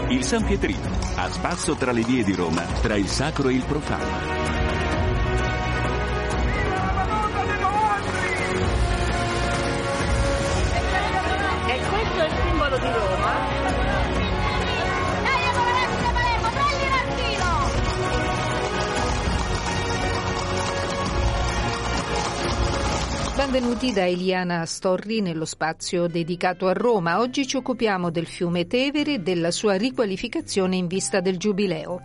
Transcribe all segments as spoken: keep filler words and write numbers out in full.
Il San Pietrino, a spasso tra le vie di Roma, tra il sacro e il profano. Benvenuti da Eliana Storri nello spazio dedicato a Roma. Oggi ci occupiamo del fiume Tevere e della sua riqualificazione in vista del Giubileo.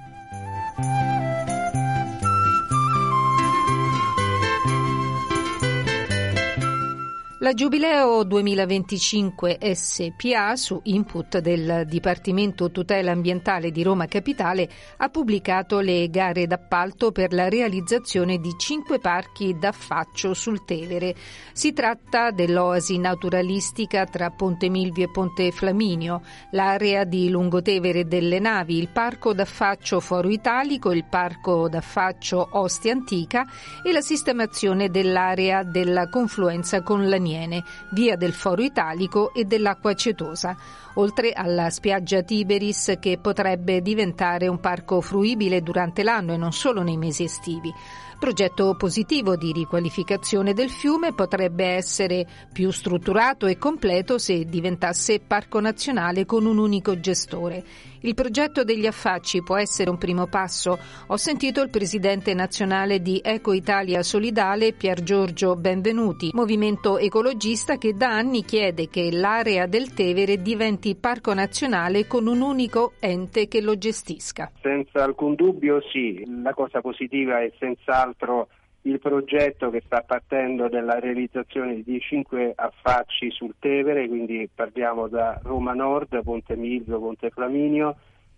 La Giubileo duemilaventicinque S P A, su input del Dipartimento Tutela Ambientale di Roma Capitale, ha pubblicato le gare d'appalto per la realizzazione di cinque parchi d'affaccio sul Tevere. Si tratta dell'oasi naturalistica tra Ponte Milvio e Ponte Flaminio, l'area di Lungotevere delle Navi, il parco d'affaccio Foro Italico, il parco d'affaccio Ostia Antica e la sistemazione dell'area della confluenza con l'Aniene, via del Foro Italico e dell'Acqua Acetosa, oltre alla spiaggia Tiberis, che potrebbe diventare un parco fruibile durante l'anno e non solo nei mesi estivi. Progetto positivo di riqualificazione del fiume, potrebbe essere più strutturato e completo se diventasse parco nazionale con un unico gestore. Il progetto degli affacci può essere un primo passo. Ho sentito il presidente nazionale di Eco Italia Solidale, Pier Giorgio Benvenuti, movimento ecologista che da anni chiede che l'area del Tevere diventi parco nazionale con un unico ente che lo gestisca. Senza alcun dubbio sì, la cosa positiva è senz'altro il progetto che sta partendo della realizzazione di cinque affacci sul Tevere, quindi parliamo da Roma Nord, Ponte Milvio, Ponte Flaminio,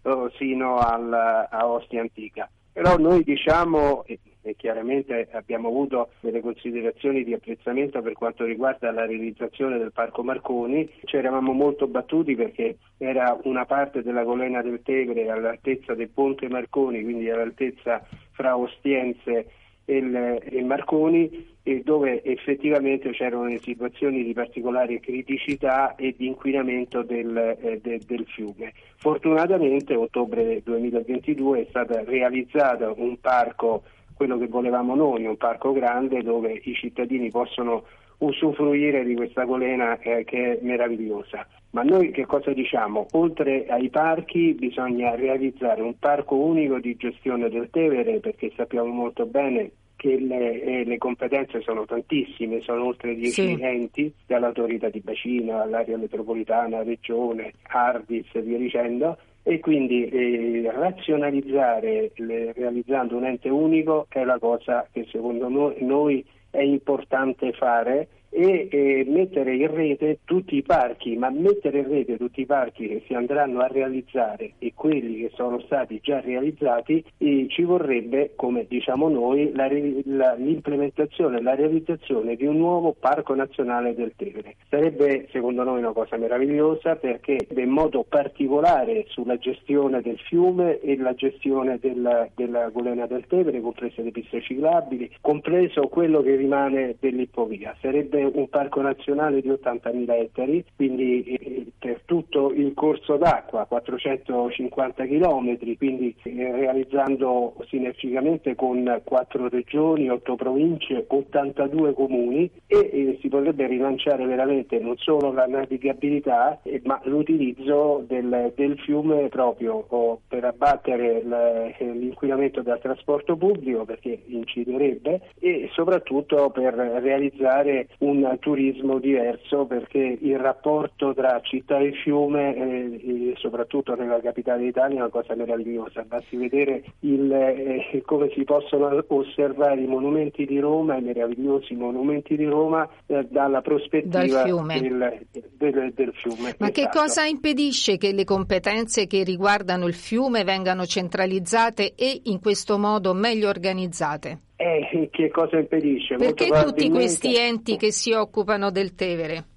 sino al, a Ostia Antica. Però noi diciamo, e, e chiaramente abbiamo avuto delle considerazioni di apprezzamento per quanto riguarda la realizzazione del Parco Marconi, ci eravamo molto battuti perché era una parte della golena del Tevere all'altezza del Ponte Marconi, quindi all'altezza fra Ostiense e il, il Marconi, e dove effettivamente c'erano le situazioni di particolare criticità e di inquinamento del, eh, de, del fiume. Fortunatamente a ottobre duemilaventidue è stato realizzato un parco, quello che volevamo noi, un parco grande dove i cittadini possono usufruire di questa golena eh, che è meravigliosa. Ma noi che cosa diciamo? Oltre ai parchi bisogna realizzare un parco unico di gestione del Tevere, perché sappiamo molto bene che le, eh, le competenze sono tantissime, sono oltre dieci sì. enti, dall'autorità di bacino all'area metropolitana, regione, Ardis e via dicendo, e quindi eh, razionalizzare le, realizzando un ente unico è la cosa che secondo noi, noi è importante fare, e eh, mettere in rete tutti i parchi, ma mettere in rete tutti i parchi che si andranno a realizzare e quelli che sono stati già realizzati, eh, ci vorrebbe, come diciamo noi, la, la, l'implementazione, la realizzazione di un nuovo Parco Nazionale del Tevere. Sarebbe secondo noi una cosa meravigliosa, perché in modo particolare sulla gestione del fiume e la gestione della, della golena del Tevere, comprese le piste ciclabili, compreso quello che rimane dell'ippovia. Sarebbe un parco nazionale di ottantamila ettari, quindi eh, per tutto il corso d'acqua, quattrocentocinquanta chilometri, quindi eh, realizzando sinergicamente con quattro regioni, otto province, ottantadue comuni, e eh, si potrebbe rilanciare veramente non solo la navigabilità, eh, ma l'utilizzo del, del fiume proprio oh, per abbattere l, l'inquinamento dal trasporto pubblico, perché inciderebbe, e soprattutto per realizzare un turismo diverso, perché il rapporto tra città e fiume, eh, soprattutto nella capitale d'Italia, è una cosa meravigliosa. Basti vedere il, eh, come si possono osservare i monumenti di Roma, i meravigliosi monumenti di Roma, eh, dalla prospettiva Dal fiume. Del, del, del fiume. Ma esatto. Che cosa impedisce che le competenze che riguardano il fiume vengano centralizzate e in questo modo meglio organizzate? Eh, che cosa impedisce? Perché Molto tutti questi enti che si occupano del Tevere?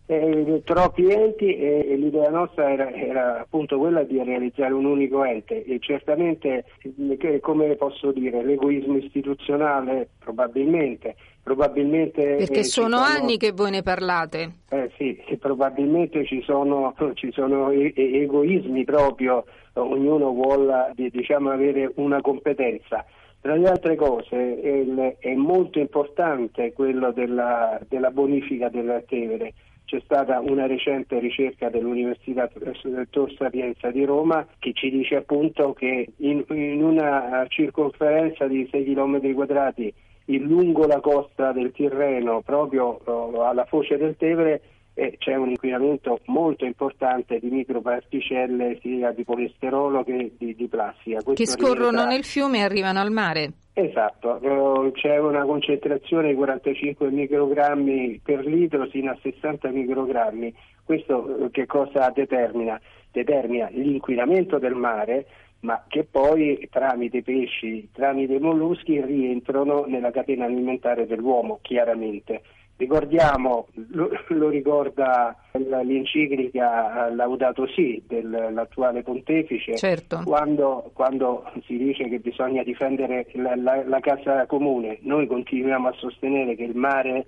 Eh, troppi enti e, e l'idea nostra era, era appunto quella di realizzare un unico ente e certamente, eh, come posso dire, l'egoismo istituzionale probabilmente, probabilmente perché eh, sono, sono anni che voi ne parlate. Eh sì, probabilmente ci sono, ci sono e- e- egoismi proprio, ognuno vuole diciamo avere una competenza. Tra le altre cose il, è molto importante quello della, della bonifica della Tevere. C'è stata una recente ricerca dell'Università Tor Sapienza di Roma che ci dice appunto che in, in una circonferenza di sei chilometri quadrati in lungo la costa del Tirreno, proprio uh, alla foce del Tevere, eh, c'è un inquinamento molto importante di microparticelle sia di polisterolo che di, di plastica. Questo che scorrono rientra... nel fiume e arrivano al mare. Esatto, uh, c'è una concentrazione di quarantacinque microgrammi per litro sino a sessanta microgrammi. Questo uh, che cosa determina? Determina l'inquinamento del mare, ma che poi tramite i pesci, tramite i molluschi rientrano nella catena alimentare dell'uomo, chiaramente. Ricordiamo, lo, lo ricorda l'enciclica Laudato Si dell'attuale pontefice, certo. quando, quando si dice che bisogna difendere la, la, la casa comune. Noi continuiamo a sostenere che il mare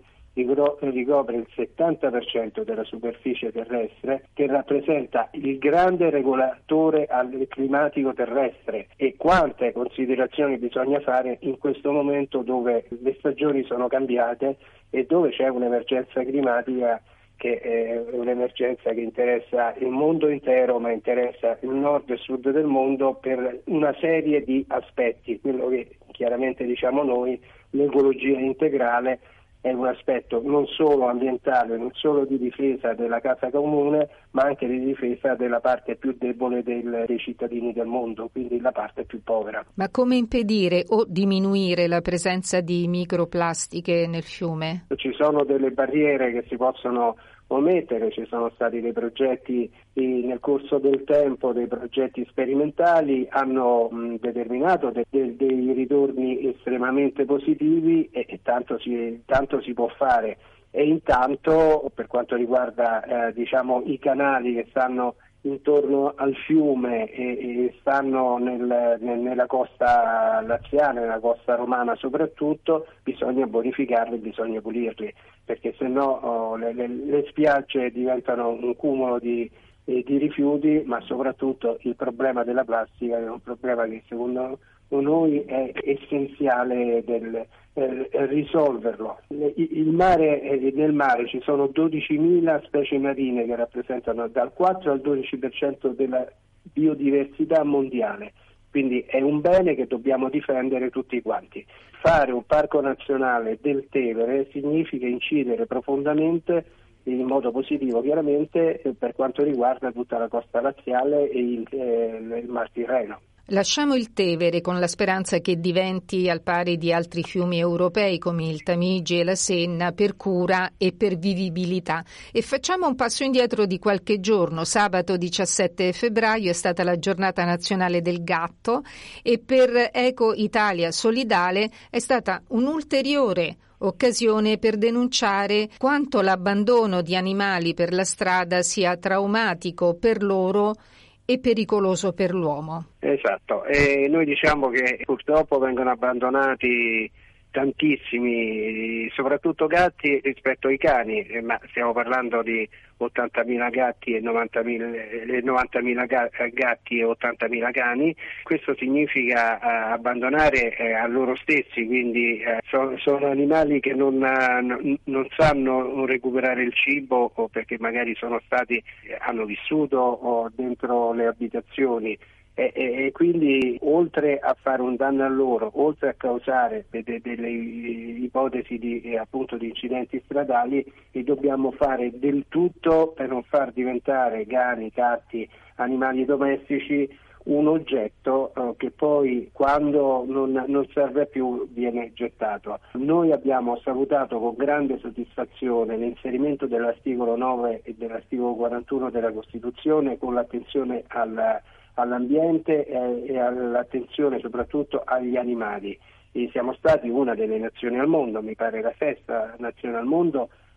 ricopre il settanta per cento della superficie terrestre, che rappresenta il grande regolatore climatico terrestre, e quante considerazioni bisogna fare in questo momento dove le stagioni sono cambiate e dove c'è un'emergenza climatica che è un'emergenza che interessa il mondo intero, ma interessa il nord e il sud del mondo per una serie di aspetti. Quello che chiaramente diciamo noi, l'ecologia integrale, è un aspetto non solo ambientale, non solo di difesa della casa comune, ma anche di difesa della parte più debole del, dei cittadini del mondo, quindi la parte più povera. Ma come impedire o diminuire la presenza di microplastiche nel fiume? Ci sono delle barriere che si possono omettere, ci sono stati dei progetti eh, nel corso del tempo, dei progetti sperimentali, hanno mh, determinato de- de- dei ritorni estremamente positivi e, e tanto, si, tanto si può fare. E intanto per quanto riguarda eh, diciamo i canali che stanno intorno al fiume e, e stanno nel, nel, nella costa laziale, nella costa romana soprattutto, bisogna bonificarli, bisogna pulirli, perché se no oh, le, le, le spiagge diventano un cumulo di, eh, di rifiuti, ma soprattutto il problema della plastica è un problema che secondo noi è essenziale del, eh, risolverlo. Il mare, eh, nel mare ci sono dodicimila specie marine che rappresentano dal quattro al dodici per cento della biodiversità mondiale, quindi è un bene che dobbiamo difendere tutti quanti. Fare un parco nazionale del Tevere significa incidere profondamente in modo positivo chiaramente eh, per quanto riguarda tutta la costa laziale e il, eh, il Mar Tirreno. Lasciamo il Tevere con la speranza che diventi al pari di altri fiumi europei come il Tamigi e la Senna per cura e per vivibilità e facciamo un passo indietro di qualche giorno. Sabato diciassette febbraio è stata la giornata nazionale del gatto e per Eco Italia Solidale è stata un'ulteriore occasione per denunciare quanto l'abbandono di animali per la strada sia traumatico per loro e pericoloso per l'uomo. Esatto, e noi diciamo che purtroppo vengono abbandonati tantissimi, soprattutto gatti rispetto ai cani, ma stiamo parlando di ottantamila gatti e novantamila, novantamila gatti e ottantamila cani. Questo significa uh, abbandonare eh, a loro stessi, quindi eh, so, sono animali che non, uh, non sanno recuperare il cibo o perché magari sono stati, hanno vissuto o dentro le abitazioni. E, e, e quindi oltre a fare un danno a loro, oltre a causare de, de, delle ipotesi di, eh, appunto, di incidenti stradali, e dobbiamo fare del tutto per non far diventare cani, gatti, animali domestici un oggetto eh, che poi quando non, non serve più viene gettato. Noi abbiamo salutato con grande soddisfazione l'inserimento dell'articolo nove e dell'articolo quarantuno della Costituzione con l'attenzione al all'ambiente e all'attenzione soprattutto agli animali. E siamo stati una delle nazioni al mondo, mi pare la sesta nazione al mondo,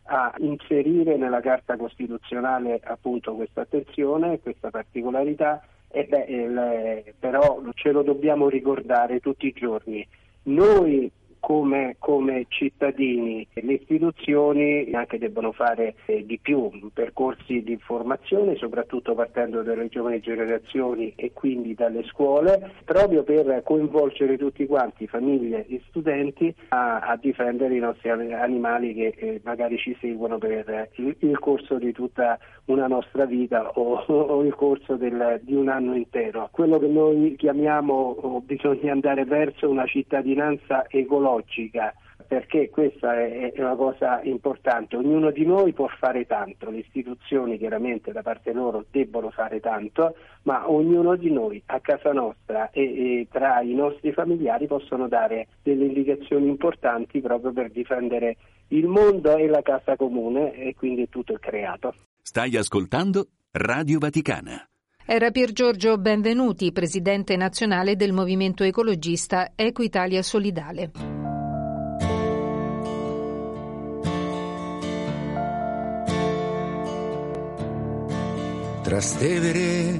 a inserire nella Carta Costituzionale appunto questa attenzione, questa particolarità, e beh, il, però ce lo dobbiamo ricordare tutti i giorni. Noi come, come cittadini, le istituzioni anche debbono fare eh, di più, percorsi di formazione, soprattutto partendo dalle giovani generazioni e quindi dalle scuole, proprio per coinvolgere tutti quanti, famiglie e studenti, a, a difendere i nostri animali che eh, magari ci seguono per il, il corso di tutta una nostra vita o, o il corso del, di un anno intero. Quello che noi chiamiamo oh, bisogna andare verso una cittadinanza ecologica, perché questa è una cosa importante. Ognuno di noi può fare tanto, le istituzioni chiaramente da parte loro debbono fare tanto, ma ognuno di noi a casa nostra e, e tra i nostri familiari possono dare delle indicazioni importanti proprio per difendere il mondo e la casa comune e quindi tutto il creato. Stai ascoltando Radio Vaticana. Era Piergiorgio Benvenuti, presidente nazionale del movimento ecologista Equitalia Solidale. Trastevere,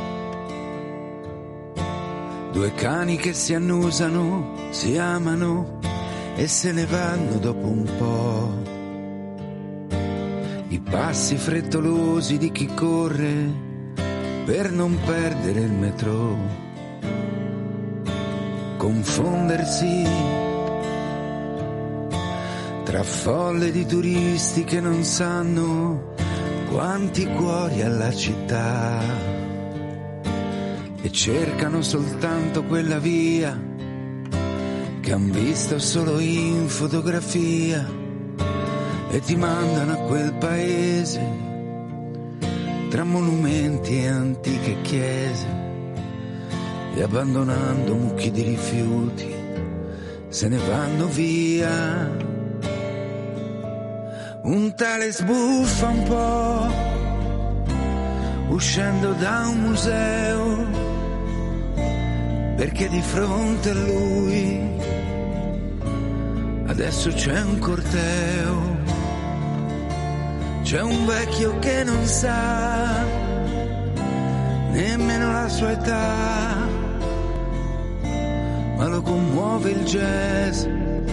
due cani che si annusano, si amano e se ne vanno dopo un po'. I passi frettolosi di chi corre per non perdere il metro, confondersi tra folle di turisti che non sanno quanti cuori alla città e cercano soltanto quella via che han visto solo in fotografia e ti mandano a quel paese tra monumenti e antiche chiese e abbandonando mucchi di rifiuti se ne vanno via. Un tale sbuffa un po' uscendo da un museo perché di fronte a lui adesso c'è un corteo. C'è un vecchio che non sa nemmeno la sua età, ma lo commuove il jazz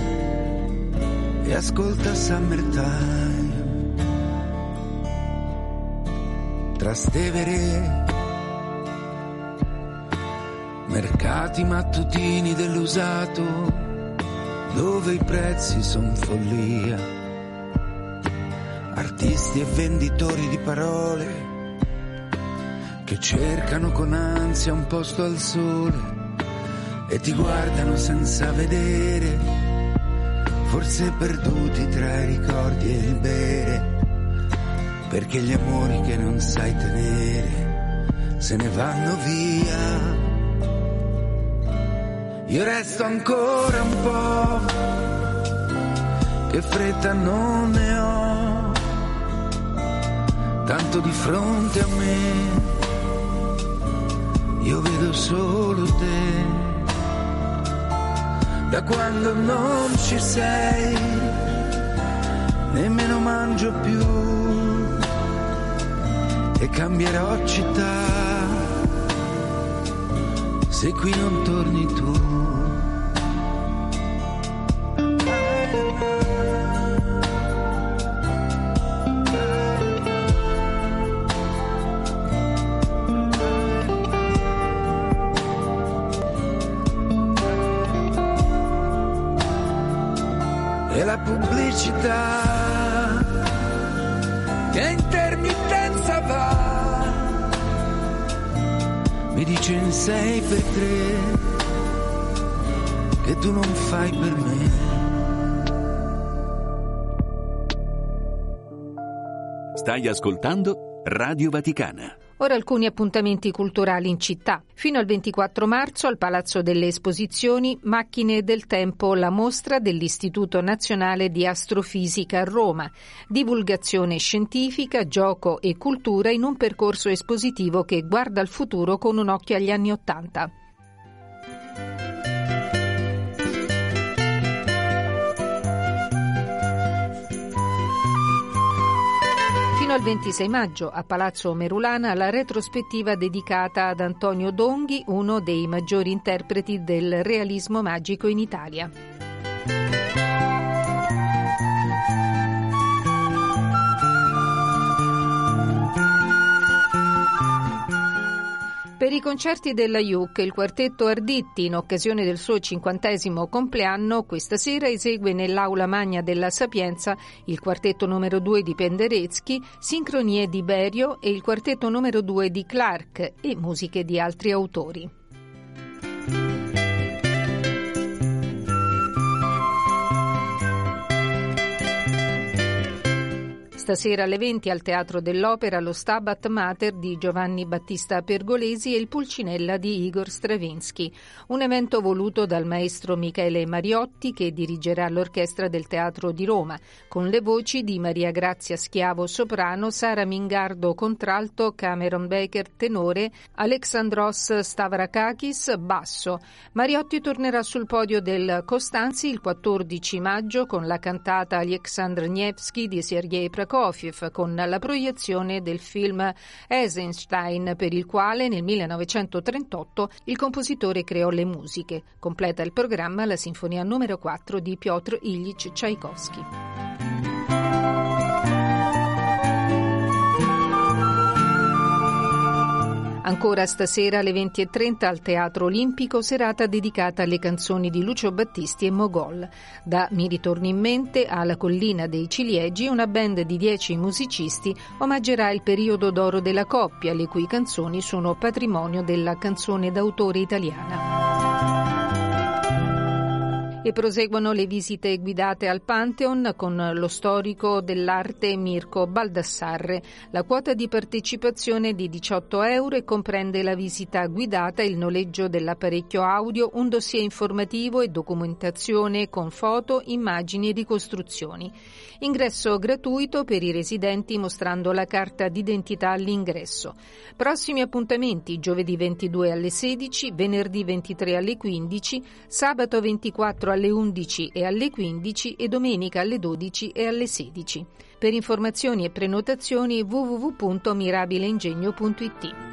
e ascolta Summertime. Trastevere, mercati mattutini dell'usato dove i prezzi son follia, artisti e venditori di parole che cercano con ansia un posto al sole e ti guardano senza vedere, forse perduti tra i ricordi e il bere, perché gli amori che non sai tenere se ne vanno via. Io resto ancora un po', che fretta non ne ho, tanto di fronte a me io vedo solo te. Da quando non ci sei nemmeno mangio più e cambierò città se qui non torni tu. E la pubblicità che intermittenza va mi dice in sei per tre che tu non fai per me. Stai ascoltando Radio Vaticana. Ora alcuni appuntamenti culturali in città. Fino al ventiquattro marzo al Palazzo delle Esposizioni Macchine del Tempo, la mostra dell'Istituto Nazionale di Astrofisica a Roma. Divulgazione scientifica, gioco e cultura in un percorso espositivo che guarda al futuro con un occhio agli anni Ottanta. Dal ventisei maggio a Palazzo Merulana la retrospettiva dedicata ad Antonio Donghi, uno dei maggiori interpreti del realismo magico in Italia. Per i concerti della I U C, il quartetto Arditti, in occasione del suo cinquantesimo compleanno, questa sera esegue nell'Aula Magna della Sapienza il quartetto numero due di Penderecki, sincronie di Berio e il quartetto numero due di Clark e musiche di altri autori. Stasera alle venti al Teatro dell'Opera lo Stabat Mater di Giovanni Battista Pergolesi e il Pulcinella di Igor Stravinsky, un evento voluto dal maestro Michele Mariotti che dirigerà l'orchestra del Teatro di Roma, con le voci di Maria Grazia Schiavo soprano, Sara Mingardo contralto, Cameron Baker tenore, Alexandros Stavrakakis basso. Mariotti tornerà sul podio del Costanzi il quattordici maggio con la cantata Alexandr Nevsky di Sergei Prokofiev, con la proiezione del film Eisenstein, per il quale nel millenovecentotrentotto il compositore creò le musiche. Completa il programma la sinfonia numero quattro di Piotr Ilyich Tchaikovsky. Ancora stasera alle venti e trenta al Teatro Olimpico, serata dedicata alle canzoni di Lucio Battisti e Mogol. Da Mi ritorni in mente alla Collina dei Ciliegi, una band di dieci musicisti omaggerà il periodo d'oro della coppia, le cui canzoni sono patrimonio della canzone d'autore italiana. E proseguono le visite guidate al Pantheon con lo storico dell'arte Mirko Baldassarre. La quota di partecipazione è di diciotto euro e comprende la visita guidata, il noleggio dell'apparecchio audio, un dossier informativo e documentazione con foto, immagini e ricostruzioni. Ingresso gratuito per i residenti mostrando la carta d'identità all'ingresso. Prossimi appuntamenti: giovedì ventidue alle sedici, venerdì ventitré alle quindici, sabato ventiquattro alle undici e alle quindici e domenica alle dodici e alle sedici. Per informazioni e prenotazioni w w w punto mirabileingegno punto i t.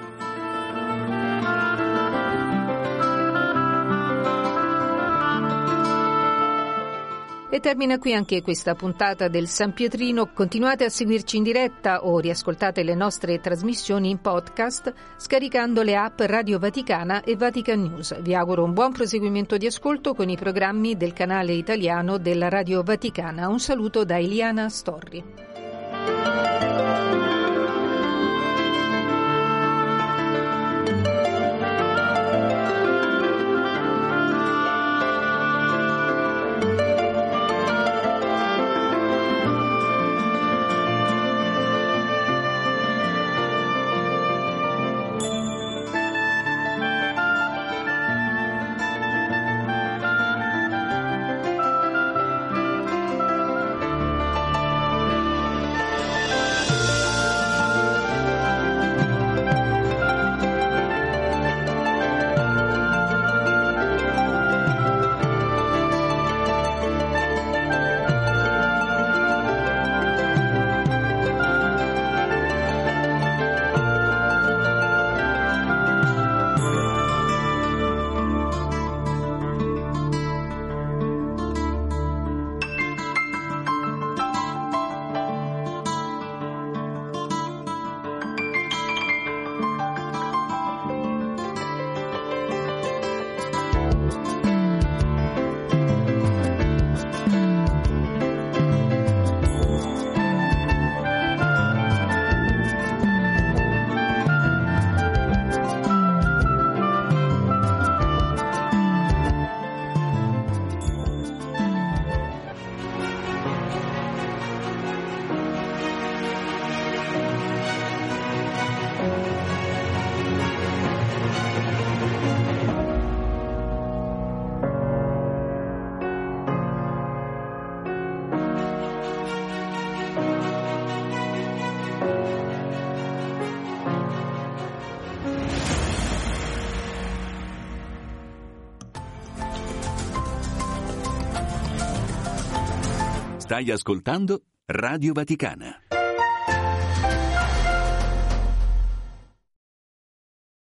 E termina qui anche questa puntata del San Pietrino. Continuate a seguirci in diretta o riascoltate le nostre trasmissioni in podcast scaricando le app Radio Vaticana e Vatican News. Vi auguro un buon proseguimento di ascolto con i programmi del canale italiano della Radio Vaticana. Un saluto da Eliana Storri. Stai ascoltando Radio Vaticana.